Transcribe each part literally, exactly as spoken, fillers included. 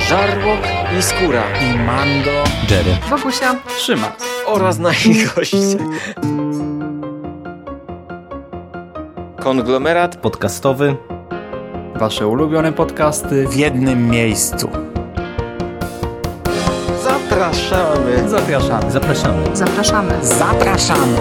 Żarłok i Skóra i Mando, Jerry, Wokusia, Szymas oraz nasi goście. Konglomerat podcastowy. Wasze ulubione podcasty w jednym miejscu. Zapraszamy. Zapraszamy. Zapraszamy. zapraszamy. Zapraszamy.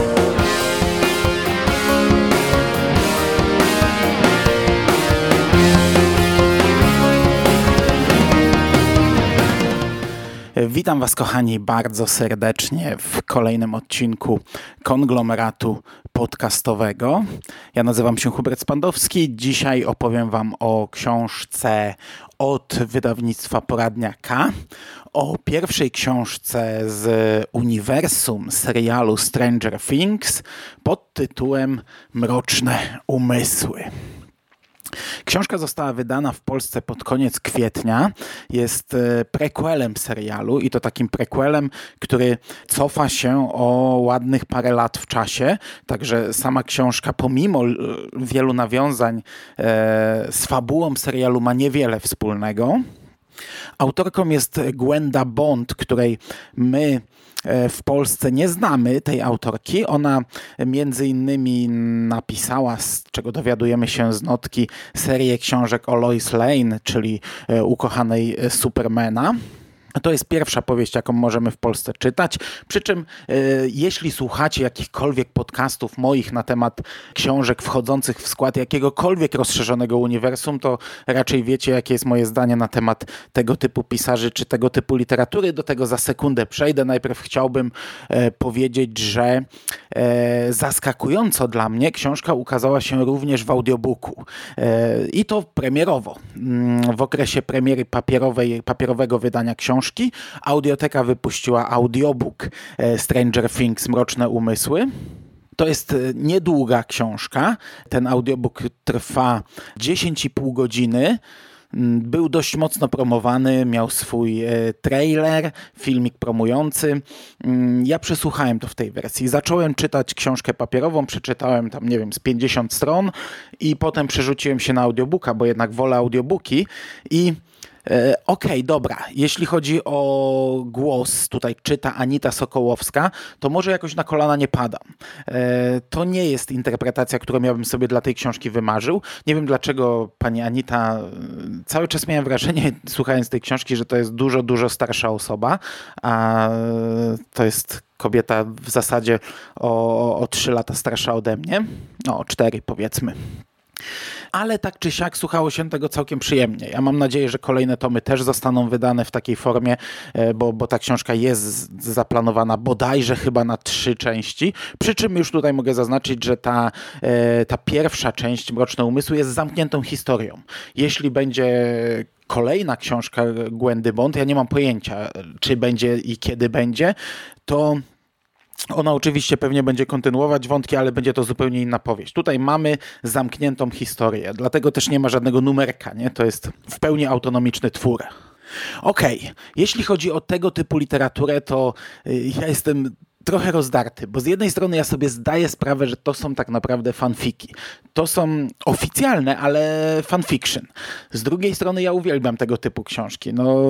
Witam Was, kochani, bardzo serdecznie w kolejnym odcinku Konglomeratu podcastowego. Ja nazywam się Hubert Spandowski. Dzisiaj opowiem Wam o książce od wydawnictwa Poradnia K, o pierwszej książce z uniwersum serialu Stranger Things pod tytułem Mroczne Umysły. Książka została wydana w Polsce pod koniec kwietnia. Jest prequelem serialu i to takim prequelem, który cofa się o ładnych parę lat w czasie. Także sama książka, pomimo wielu nawiązań z fabułą serialu, ma niewiele wspólnego. Autorką jest Gwenda Bond, której my w Polsce nie znamy, tej autorki. Ona między innymi napisała, z czego dowiadujemy się z notki, serię książek o Lois Lane, czyli ukochanej Supermana. To jest pierwsza powieść, jaką możemy w Polsce czytać. Przy czym e, jeśli słuchacie jakichkolwiek podcastów moich na temat książek wchodzących w skład jakiegokolwiek rozszerzonego uniwersum, to raczej wiecie, jakie jest moje zdanie na temat tego typu pisarzy czy tego typu literatury. Do tego za sekundę przejdę. Najpierw chciałbym e, powiedzieć, że e, zaskakująco dla mnie książka ukazała się również w audiobooku. E, I to premierowo. W okresie premiery papierowej, papierowego wydania książki Audioteka wypuściła audiobook Stranger Things Mroczne Umysły. To jest niedługa książka. Ten audiobook trwa dziesięć i pół godziny. Był dość mocno promowany, miał swój trailer, filmik promujący. Ja przesłuchałem to w tej wersji. Zacząłem czytać książkę papierową, przeczytałem tam, nie wiem, z pięćdziesiąt stron i potem przerzuciłem się na audiobooka, bo jednak wolę audiobooki i Okej, okay, dobra. Jeśli chodzi o głos, tutaj czyta Anita Sokołowska, to może jakoś na kolana nie padam. E, to nie jest interpretacja, którą ja bym sobie dla tej książki wymarzył. Nie wiem, dlaczego pani Anita, cały czas miałem wrażenie, słuchając tej książki, że to jest dużo, dużo starsza osoba, a to jest kobieta w zasadzie o, o trzy lata starsza ode mnie. No, o cztery powiedzmy. Ale tak czy siak słuchało się tego całkiem przyjemnie. Ja mam nadzieję, że kolejne tomy też zostaną wydane w takiej formie, bo, bo ta książka jest zaplanowana bodajże chyba na trzy części. Przy czym już tutaj mogę zaznaczyć, że ta, ta pierwsza część Mroczne Umysły jest zamkniętą historią. Jeśli będzie kolejna książka Gwendy Bond, ja nie mam pojęcia, czy będzie i kiedy będzie, to ona oczywiście pewnie będzie kontynuować wątki, ale będzie to zupełnie inna powieść. Tutaj mamy zamkniętą historię, dlatego też nie ma żadnego numerka, nie? To jest w pełni autonomiczny twór. Okej, okay. Jeśli chodzi o tego typu literaturę, to ja jestem trochę rozdarty, bo z jednej strony ja sobie zdaję sprawę, że to są tak naprawdę fanfiki. To są oficjalne, ale fanfiction. Z drugiej strony ja uwielbiam tego typu książki. No...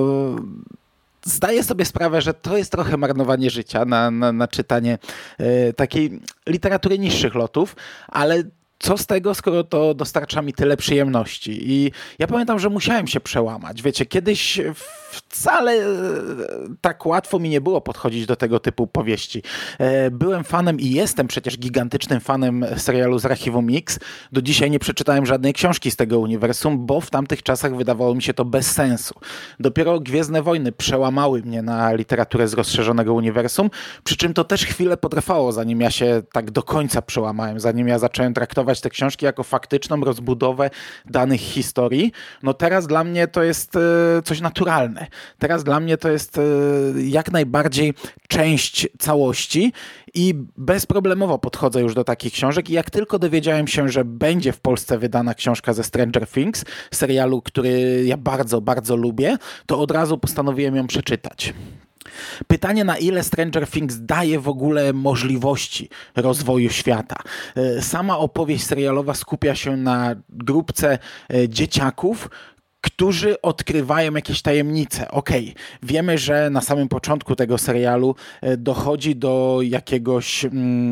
Zdaję sobie sprawę, że to jest trochę marnowanie życia na, na, na czytanie y, takiej literatury niższych lotów, ale co z tego, skoro to dostarcza mi tyle przyjemności? I ja pamiętam, że musiałem się przełamać. Wiecie, kiedyś wcale tak łatwo mi nie było podchodzić do tego typu powieści. Byłem fanem i jestem przecież gigantycznym fanem serialu z Archiwum Mix. Do dzisiaj nie przeczytałem żadnej książki z tego uniwersum, bo w tamtych czasach wydawało mi się to bez sensu. Dopiero Gwiezdne Wojny przełamały mnie na literaturę z rozszerzonego uniwersum, przy czym to też chwilę potrwało, zanim ja się tak do końca przełamałem, zanim ja zacząłem traktować te książki jako faktyczną rozbudowę danych historii. No teraz dla mnie to jest e, coś naturalne. Teraz dla mnie to jest e, jak najbardziej część całości i bezproblemowo podchodzę już do takich książek i jak tylko dowiedziałem się, że będzie w Polsce wydana książka ze Stranger Things, serialu, który ja bardzo, bardzo lubię, to od razu postanowiłem ją przeczytać. Pytanie, na ile Stranger Things daje w ogóle możliwości rozwoju świata. Sama opowieść serialowa skupia się na grupce dzieciaków, którzy odkrywają jakieś tajemnice. Okej, wiemy, że na samym początku tego serialu dochodzi do jakiegoś mm,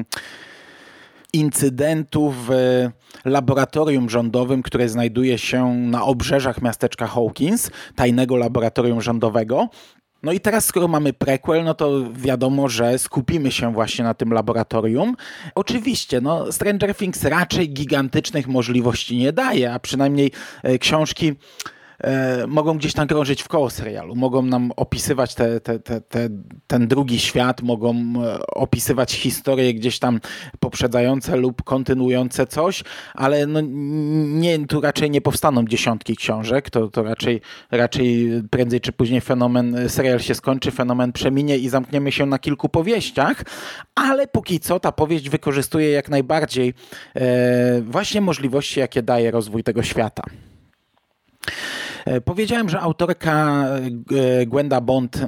incydentu w laboratorium rządowym, które znajduje się na obrzeżach miasteczka Hawkins, tajnego laboratorium rządowego. No i teraz, skoro mamy prequel, no to wiadomo, że skupimy się właśnie na tym laboratorium. Oczywiście, no Stranger Things raczej gigantycznych możliwości nie daje, a przynajmniej e, książki e, mogą gdzieś tam krążyć w koło serialu. Mogą nam opisywać te, te, te, te, ten drugi świat, mogą e, opisywać historie gdzieś tam poprzedzające lub kontynuujące coś, ale no nie, tu raczej nie powstaną dziesiątki książek, to, to raczej, raczej prędzej czy później fenomen, serial się skończy, fenomen przeminie i zamkniemy się na kilku powieściach, ale póki co ta powieść wykorzystuje jak najbardziej e, właśnie możliwości, jakie daje rozwój tego świata. Powiedziałem, że autorka Gwenda Bond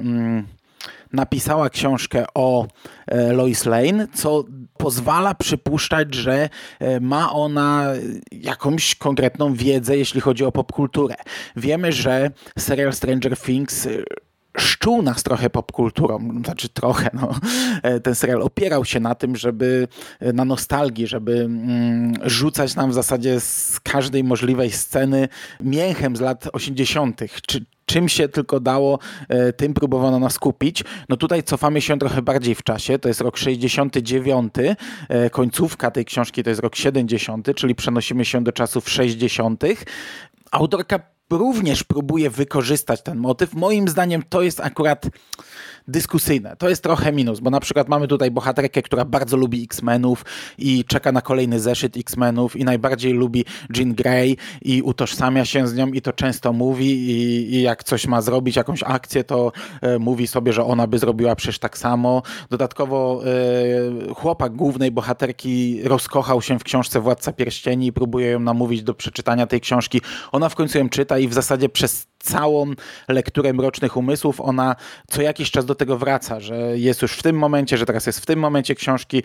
napisała książkę o Lois Lane, co pozwala przypuszczać, że ma ona jakąś konkretną wiedzę, jeśli chodzi o popkulturę. Wiemy, że serial Stranger Things szczuł nas trochę popkulturą, znaczy trochę, no. Ten serial opierał się na tym, żeby na nostalgii, żeby mm, rzucać nam w zasadzie z każdej możliwej sceny mięchem z lat osiemdziesiątych. Czy czym się tylko dało, tym próbowano nas kupić. No tutaj cofamy się trochę bardziej w czasie, to jest rok sześćdziesiąty dziewiąty, końcówka tej książki to jest rok siedemdziesiąty, czyli przenosimy się do czasów sześćdziesiątych. Autorka również próbuje wykorzystać ten motyw. Moim zdaniem to jest akurat dyskusyjne. To jest trochę minus, bo na przykład mamy tutaj bohaterkę, która bardzo lubi X-Menów i czeka na kolejny zeszyt X-Menów i najbardziej lubi Jean Grey i utożsamia się z nią i to często mówi i, i jak coś ma zrobić, jakąś akcję, to e, mówi sobie, że ona by zrobiła przecież tak samo. Dodatkowo e, chłopak głównej bohaterki rozkochał się w książce Władca Pierścieni i próbuje ją namówić do przeczytania tej książki. Ona w końcu ją czyta i w zasadzie przez całą lekturę Mrocznych Umysłów ona co jakiś czas do tego wraca, że jest już w tym momencie, że teraz jest w tym momencie książki.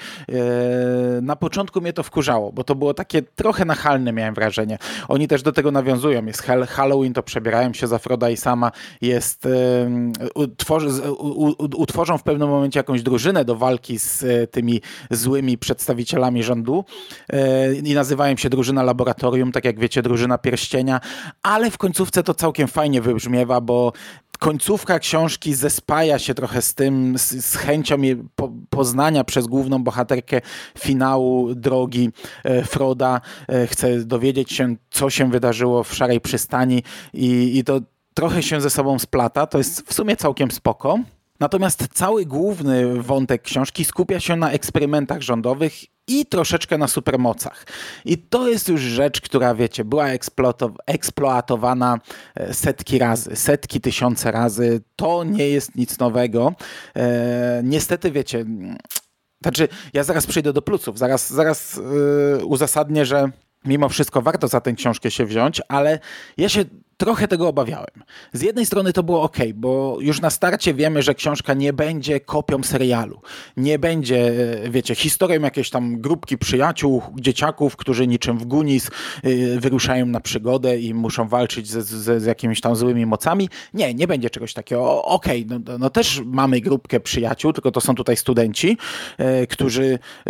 Na początku mnie to wkurzało, bo to było takie trochę nachalne, miałem wrażenie. Oni też do tego nawiązują. Jest Halloween, to przebierają się za Froda i sama. Jest, utworzy, utworzą w pewnym momencie jakąś drużynę do walki z tymi złymi przedstawicielami rządu i nazywają się drużyna laboratorium, tak jak wiecie, drużyna pierścienia, ale w końcówce to całkiem fajnie nie wybrzmiewa, bo końcówka książki zespaja się trochę z tym, z, z chęcią po, poznania przez główną bohaterkę finału drogi e, Froda. E, chce dowiedzieć się, co się wydarzyło w Szarej Przystani i, i to trochę się ze sobą splata. To jest w sumie całkiem spoko. Natomiast cały główny wątek książki skupia się na eksperymentach rządowych i troszeczkę na supermocach. I to jest już rzecz, która, wiecie, była eksploatowana setki razy, setki, tysiące razy. To nie jest nic nowego. E, niestety, wiecie, znaczy ja zaraz przejdę do plusów, zaraz, zaraz yy, uzasadnię, że mimo wszystko warto za tę książkę się wziąć, ale ja się trochę tego obawiałem. Z jednej strony to było ok, bo już na starcie wiemy, że książka nie będzie kopią serialu. Nie będzie, wiecie, historią jakiejś tam grupki przyjaciół, dzieciaków, którzy niczym w Goonies yy, wyruszają na przygodę i muszą walczyć ze, ze, z jakimiś tam złymi mocami. Nie, nie będzie czegoś takiego. Okej, okay, no, no też mamy grupkę przyjaciół, tylko to są tutaj studenci, yy, którzy yy,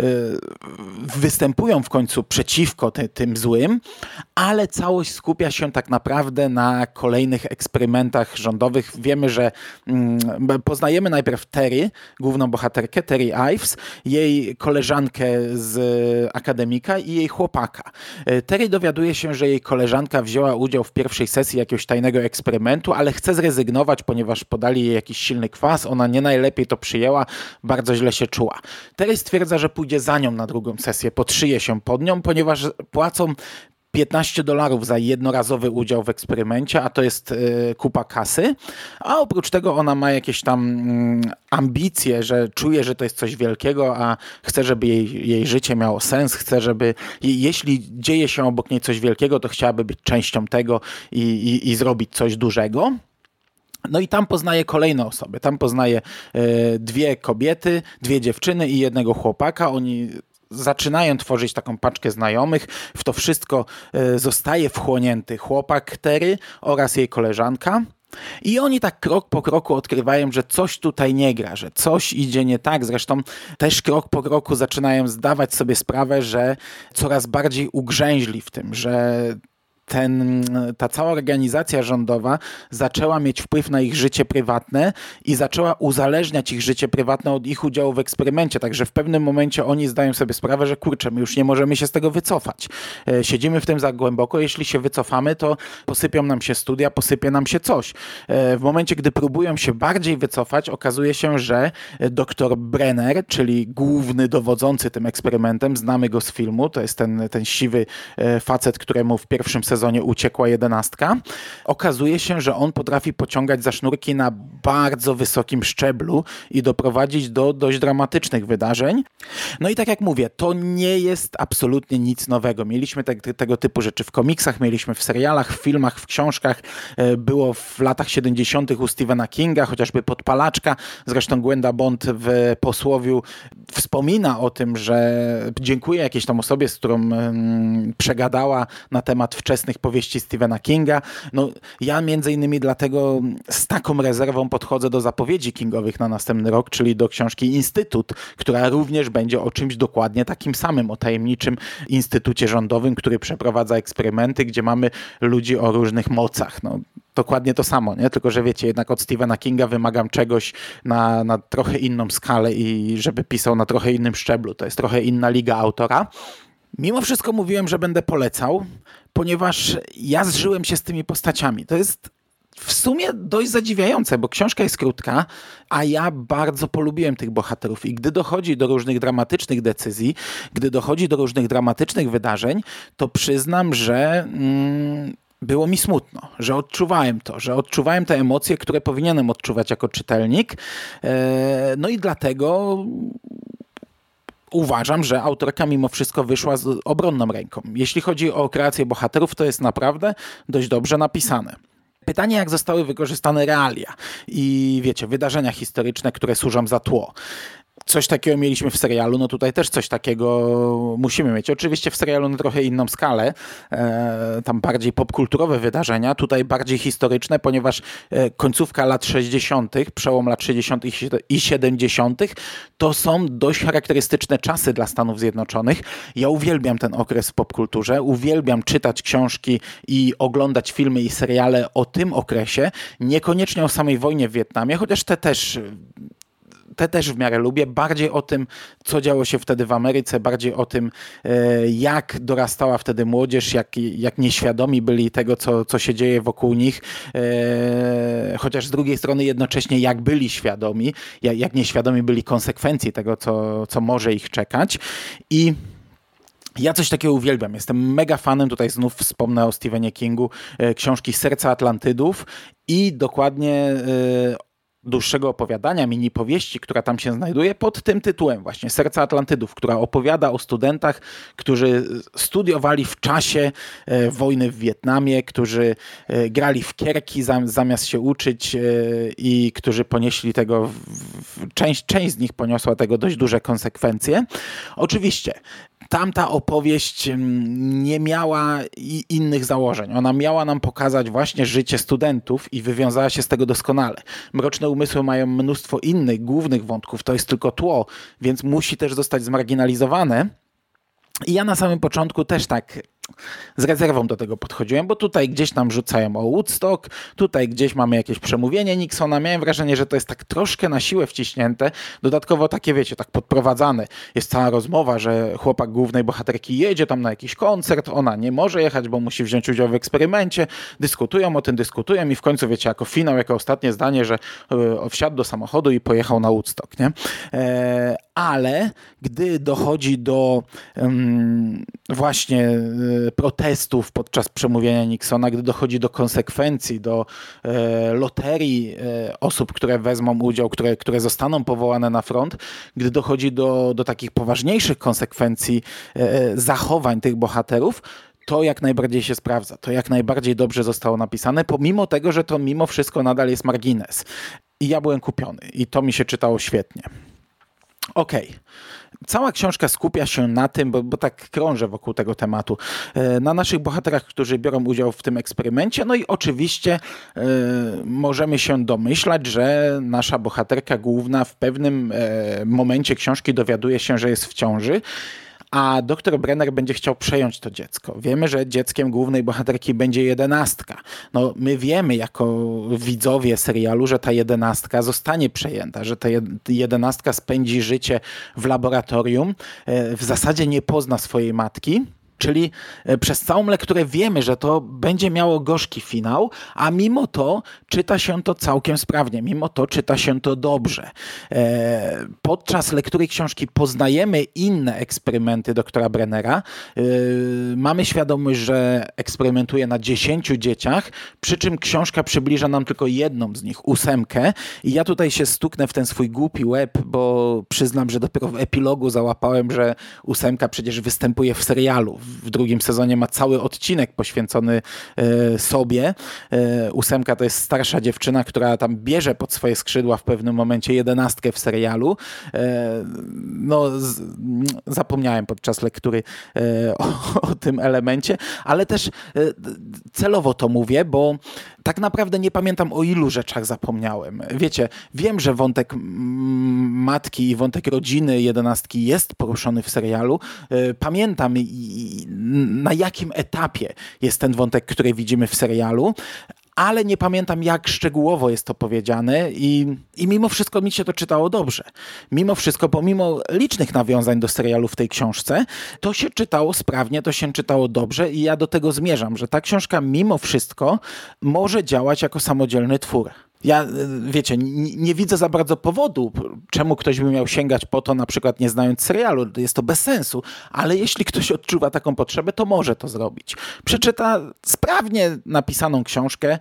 występują w końcu przeciwko ty, tym złym, ale całość skupia się tak naprawdę na kolejnych eksperymentach rządowych. Wiemy, że mm, poznajemy najpierw Terry, główną bohaterkę, Terry Ives, jej koleżankę z akademika i jej chłopaka. Terry dowiaduje się, że jej koleżanka wzięła udział w pierwszej sesji jakiegoś tajnego eksperymentu, ale chce zrezygnować, ponieważ podali jej jakiś silny kwas. Ona nie najlepiej to przyjęła, bardzo źle się czuła. Terry stwierdza, że pójdzie za nią na drugą sesję, podszyje się pod nią, ponieważ płacą piętnaście dolarów za jednorazowy udział w eksperymencie, a to jest y, kupa kasy, a oprócz tego ona ma jakieś tam y, ambicje, że czuje, że to jest coś wielkiego, a chce, żeby jej, jej życie miało sens, chce, żeby jeśli dzieje się obok niej coś wielkiego, to chciałaby być częścią tego i, i, i zrobić coś dużego. No i tam poznaje kolejne osoby. Tam poznaje y, dwie kobiety, dwie dziewczyny i jednego chłopaka. Oni zaczynają tworzyć taką paczkę znajomych. W to wszystko zostaje wchłonięty chłopak Terry oraz jej koleżanka. I oni tak krok po kroku odkrywają, że coś tutaj nie gra, że coś idzie nie tak. Zresztą też krok po kroku zaczynają zdawać sobie sprawę, że coraz bardziej ugrzęźli w tym, że Ten, ta cała organizacja rządowa zaczęła mieć wpływ na ich życie prywatne i zaczęła uzależniać ich życie prywatne od ich udziału w eksperymencie. Także w pewnym momencie oni zdają sobie sprawę, że kurczę, my już nie możemy się z tego wycofać. Siedzimy w tym za głęboko, jeśli się wycofamy, to posypią nam się studia, posypie nam się coś. W momencie, gdy próbują się bardziej wycofać, okazuje się, że doktor Brenner, czyli główny dowodzący tym eksperymentem, znamy go z filmu, to jest ten, ten siwy facet, któremu w pierwszym sezonie sezonie uciekła jedenastka. Okazuje się, że on potrafi pociągać za sznurki na bardzo wysokim szczeblu i doprowadzić do dość dramatycznych wydarzeń. No i tak jak mówię, to nie jest absolutnie nic nowego. Mieliśmy te, tego typu rzeczy w komiksach, mieliśmy w serialach, w filmach, w książkach. Było w latach siedemdziesiątych u Stephena Kinga, chociażby Podpalaczka. Zresztą Gwenda Bond w Posłowiu wspomina o tym, że dziękuję jakiejś tam osobie, z którą um, przegadała na temat wczesnych powieści Stephena Kinga. No, ja między innymi dlatego z taką rezerwą podchodzę do zapowiedzi kingowych na następny rok, czyli do książki Instytut, która również będzie o czymś dokładnie takim samym, o tajemniczym instytucie rządowym, który przeprowadza eksperymenty, gdzie mamy ludzi o różnych mocach. No, dokładnie to samo, nie? Tylko że wiecie, jednak od Stephena Kinga wymagam czegoś na, na trochę inną skalę i żeby pisał na trochę innym szczeblu. To jest trochę inna liga autora. Mimo wszystko mówiłem, że będę polecał, ponieważ ja zżyłem się z tymi postaciami. To jest w sumie dość zadziwiające, bo książka jest krótka, a ja bardzo polubiłem tych bohaterów i gdy dochodzi do różnych dramatycznych decyzji, gdy dochodzi do różnych dramatycznych wydarzeń, to przyznam, że mm, było mi smutno, że odczuwałem to, że odczuwałem te emocje, które powinienem odczuwać jako czytelnik. No i dlatego uważam, że autorka mimo wszystko wyszła z obronną ręką. Jeśli chodzi o kreację bohaterów, to jest naprawdę dość dobrze napisane. Pytanie, jak zostały wykorzystane realia i wiecie, wydarzenia historyczne, które służą za tło. Coś takiego mieliśmy w serialu, no tutaj też coś takiego musimy mieć. Oczywiście w serialu na trochę inną skalę, e, tam bardziej popkulturowe wydarzenia, tutaj bardziej historyczne, ponieważ e, końcówka lat sześćdziesiątych, przełom lat sześćdziesiątych i siedemdziesiątych to są dość charakterystyczne czasy dla Stanów Zjednoczonych. Ja uwielbiam ten okres w popkulturze, uwielbiam czytać książki i oglądać filmy i seriale o tym okresie, niekoniecznie o samej wojnie w Wietnamie, chociaż te też... Te też w miarę lubię. Bardziej o tym, co działo się wtedy w Ameryce, bardziej o tym, jak dorastała wtedy młodzież, jak, jak nieświadomi byli tego, co, co się dzieje wokół nich. Chociaż z drugiej strony jednocześnie jak byli świadomi, jak, jak nieświadomi byli konsekwencji tego, co, co może ich czekać. I ja coś takiego uwielbiam. Jestem mega fanem, tutaj znów wspomnę o Stephenie Kingu, książki Serca Atlantydów i dokładnie dłuższego opowiadania, mini powieści, która tam się znajduje pod tym tytułem właśnie Serca Atlantydów, która opowiada o studentach, którzy studiowali w czasie e, wojny w Wietnamie, którzy e, grali w kierki zam, zamiast się uczyć e, i którzy ponieśli tego, w, w, część, część z nich poniosła tego dość duże konsekwencje. Oczywiście tamta opowieść nie miała innych założeń. Ona miała nam pokazać właśnie życie studentów i wywiązała się z tego doskonale. Mroczne umysły mają mnóstwo innych, głównych wątków. To jest tylko tło, więc musi też zostać zmarginalizowane. I ja na samym początku też tak z rezerwą do tego podchodziłem, bo tutaj gdzieś nam rzucają o Woodstock, tutaj gdzieś mamy jakieś przemówienie Nixona. Miałem wrażenie, że to jest tak troszkę na siłę wciśnięte. Dodatkowo takie, wiecie, tak podprowadzane. Jest cała rozmowa, że chłopak głównej bohaterki jedzie tam na jakiś koncert, ona nie może jechać, bo musi wziąć udział w eksperymencie. Dyskutują o tym, dyskutują i w końcu, wiecie, jako finał, jako ostatnie zdanie, że e, wsiadł do samochodu i pojechał na Woodstock, nie? E, ale gdy dochodzi do um, właśnie e, protestów podczas przemówienia Nixona, gdy dochodzi do konsekwencji, do e, loterii e, osób, które wezmą udział, które, które zostaną powołane na front, gdy dochodzi do, do takich poważniejszych konsekwencji e, zachowań tych bohaterów, to jak najbardziej się sprawdza. To jak najbardziej dobrze zostało napisane, pomimo tego, że to mimo wszystko nadal jest margines. I ja byłem kupiony i to mi się czytało świetnie. Okej. Okay. Cała książka skupia się na tym, bo, bo tak krążę wokół tego tematu, na naszych bohaterach, którzy biorą udział w tym eksperymencie. No i oczywiście y, możemy się domyślać, że nasza bohaterka główna w pewnym y, momencie książki dowiaduje się, że jest w ciąży, a doktor Brenner będzie chciał przejąć to dziecko. Wiemy, że dzieckiem głównej bohaterki będzie jedenastka. No, my wiemy jako widzowie serialu, że ta jedenastka zostanie przejęta, że ta jedenastka spędzi życie w laboratorium, w zasadzie nie pozna swojej matki. Czyli przez całą lekturę wiemy, że to będzie miało gorzki finał, a mimo to czyta się to całkiem sprawnie, mimo to czyta się to dobrze. Podczas lektury książki poznajemy inne eksperymenty doktora Brennera. Mamy świadomość, że eksperymentuje na dziesięciu dzieciach, przy czym książka przybliża nam tylko jedną z nich, ósemkę. I ja tutaj się stuknę w ten swój głupi łeb, bo przyznam, że dopiero w epilogu załapałem, że ósemka przecież występuje w serialu. W drugim sezonie ma cały odcinek poświęcony e, sobie. E, ósemka to jest starsza dziewczyna, która tam bierze pod swoje skrzydła w pewnym momencie jedenastkę w serialu. E, no, z, zapomniałem podczas lektury e, o, o tym elemencie, ale też e, celowo to mówię, bo tak naprawdę nie pamiętam, o ilu rzeczach zapomniałem. Wiecie, wiem, że wątek matki i wątek rodziny jedenastki jest poruszony w serialu. Pamiętam, na jakim etapie jest ten wątek, który widzimy w serialu, ale nie pamiętam, jak szczegółowo jest to powiedziane i, i mimo wszystko mi się to czytało dobrze. Mimo wszystko, pomimo licznych nawiązań do serialu w tej książce, to się czytało sprawnie, to się czytało dobrze i ja do tego zmierzam, że ta książka mimo wszystko może działać jako samodzielny twór. Ja, wiecie, nie, nie widzę za bardzo powodu, czemu ktoś by miał sięgać po to, na przykład nie znając serialu. Jest to bez sensu, ale jeśli ktoś odczuwa taką potrzebę, to może to zrobić. Przeczyta sprawnie napisaną książkę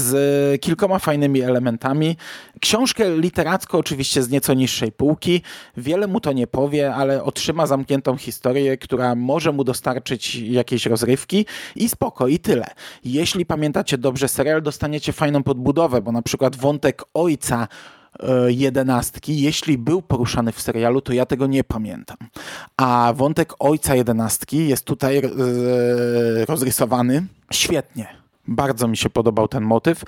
z kilkoma fajnymi elementami. Książkę literacką oczywiście z nieco niższej półki. Wiele mu to nie powie, ale otrzyma zamkniętą historię, która może mu dostarczyć jakiejś rozrywki i spoko, i tyle. Jeśli pamiętacie dobrze serial, dostaniecie fajną podbudowę, bo na przykład wątek ojca e, jedenastki, jeśli był poruszany w serialu, to ja tego nie pamiętam. A wątek ojca jedenastki jest tutaj e, rozrysowany świetnie. Bardzo mi się podobał ten motyw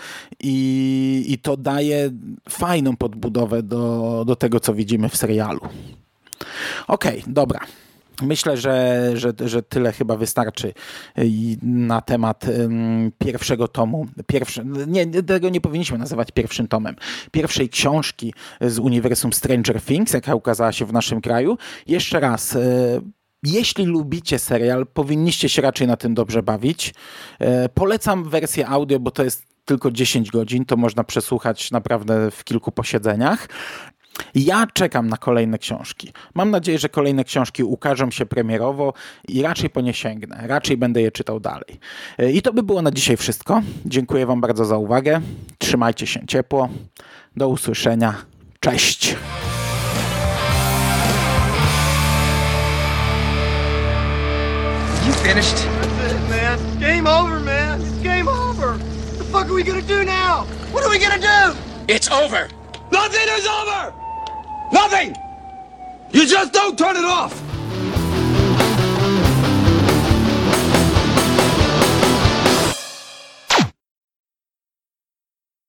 i, i to daje fajną podbudowę do, do tego, co widzimy w serialu. Okej, okay, dobra. Myślę, że, że, że tyle chyba wystarczy na temat um, pierwszego tomu. Pierwszy, nie, tego nie powinniśmy nazywać pierwszym tomem. Pierwszej książki z uniwersum Stranger Things, jaka ukazała się w naszym kraju. Jeszcze raz, e, jeśli lubicie serial, powinniście się raczej na tym dobrze bawić. E, polecam wersję audio, bo to jest tylko dziesięć godzin. To można przesłuchać naprawdę w kilku posiedzeniach. Ja czekam na kolejne książki. Mam nadzieję, że kolejne książki ukażą się premierowo i raczej po nie sięgnę. Raczej będę je czytał dalej. I to by było na dzisiaj wszystko. Dziękuję wam bardzo za uwagę. Trzymajcie się ciepło. Do usłyszenia. Cześć! You finished? That's it, man. Game over, man. It's game over. What the fuck are we gonna do now? What are we gonna do? It's over. Nothing is over! Nothing! You just don't turn it off!